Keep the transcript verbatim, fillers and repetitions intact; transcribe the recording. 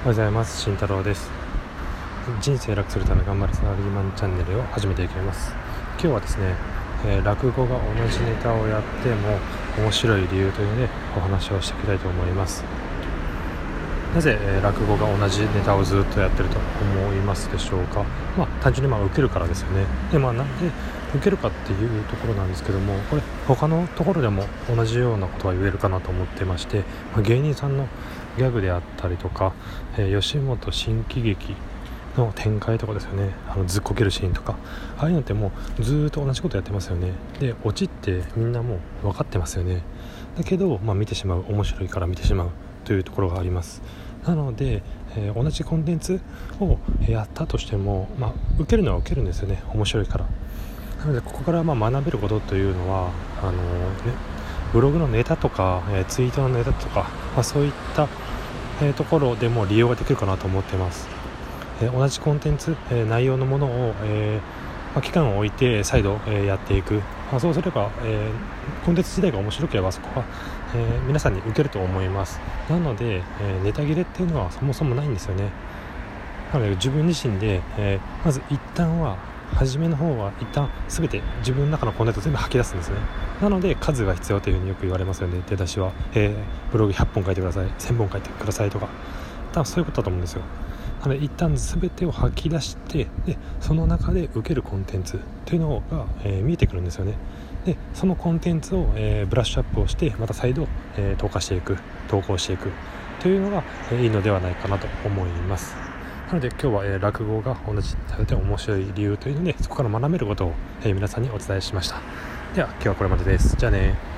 おはようございます。慎太郎です。人生楽するため頑張るサラリーマンチャンネルを始めていきます。今日はですね、えー、落語が同じネタをやっても面白い理由というのでお話をしていきたいと思います。なぜ、えー、落語が同じネタをずっとやってると思いますでしょうか。まあ単純にまあ受けるからですよね。でまあなんで受けるかっていうところなんですけども、これ他のところでも同じようなことは言えるかなと思ってまして、まあ、芸人さんのギャグであったりとか、えー、吉本新喜劇の展開とかですよね。あのずっこけるシーンとか、ああいうのってもうずーっと同じことやってますよね。でオチってみんなもう分かってますよね。だけど、まあ、見てしまう、面白いから見てしまうというところがあります。なので、えー、同じコンテンツをやったとしても、まあ、受けるのは受けるんですよね、面白いから。なのでここからまあ学べることというのはあのーねブログのネタとか、えー、ツイートのネタとか、まあ、そういった、えー、ところでも利用ができるかなと思っています。えー、同じコンテンツ、えー、内容のものを、えーまあ、期間を置いて再度、えー、やっていく、まあ、そうすれば、えー、コンテンツ自体が面白ければそこは、えー、皆さんに受けると思います。なので、えー、ネタ切れっていうのはそもそもないんですよね。なので自分自身で、えー、まず一旦は初めの方は一旦全て自分の中のコンテンツを全部吐き出すんですね。なので数が必要というふうによく言われますよね。出だしは、えー、ブログひゃっぽん書いてください、せんぼん書いてくださいとか、多分そういうことだと思うんですよ。なので一旦全てを吐き出して、でその中で受けるコンテンツというのが、えー、見えてくるんですよね。でそのコンテンツを、えー、ブラッシュアップをしてまた再度、えー、投下していく、投稿していくというのが、えー、いいのではないかなと思います。なので今日は、えー、落語が同じされて面白い理由というので、そこから学べることを、えー、皆さんにお伝えしました。では今日はこれまでです。じゃあね。